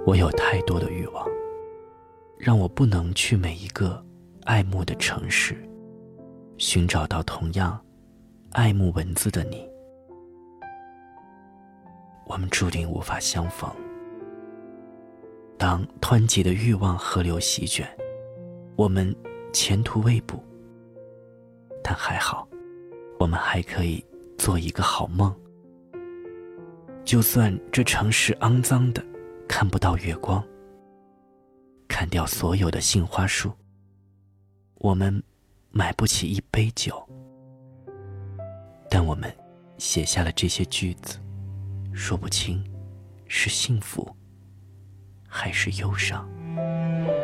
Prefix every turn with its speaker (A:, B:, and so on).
A: 我有太多的欲望，让我不能去每一个爱慕的城市，寻找到同样爱慕文字的你。我们注定无法相逢。当湍急的欲望河流席卷，我们前途未卜，但还好，我们还可以做一个好梦。就算这城市肮脏的看不到月光，砍掉所有的杏花树，我们买不起一杯酒，但我们写下了这些句子，说不清是幸福还是忧伤。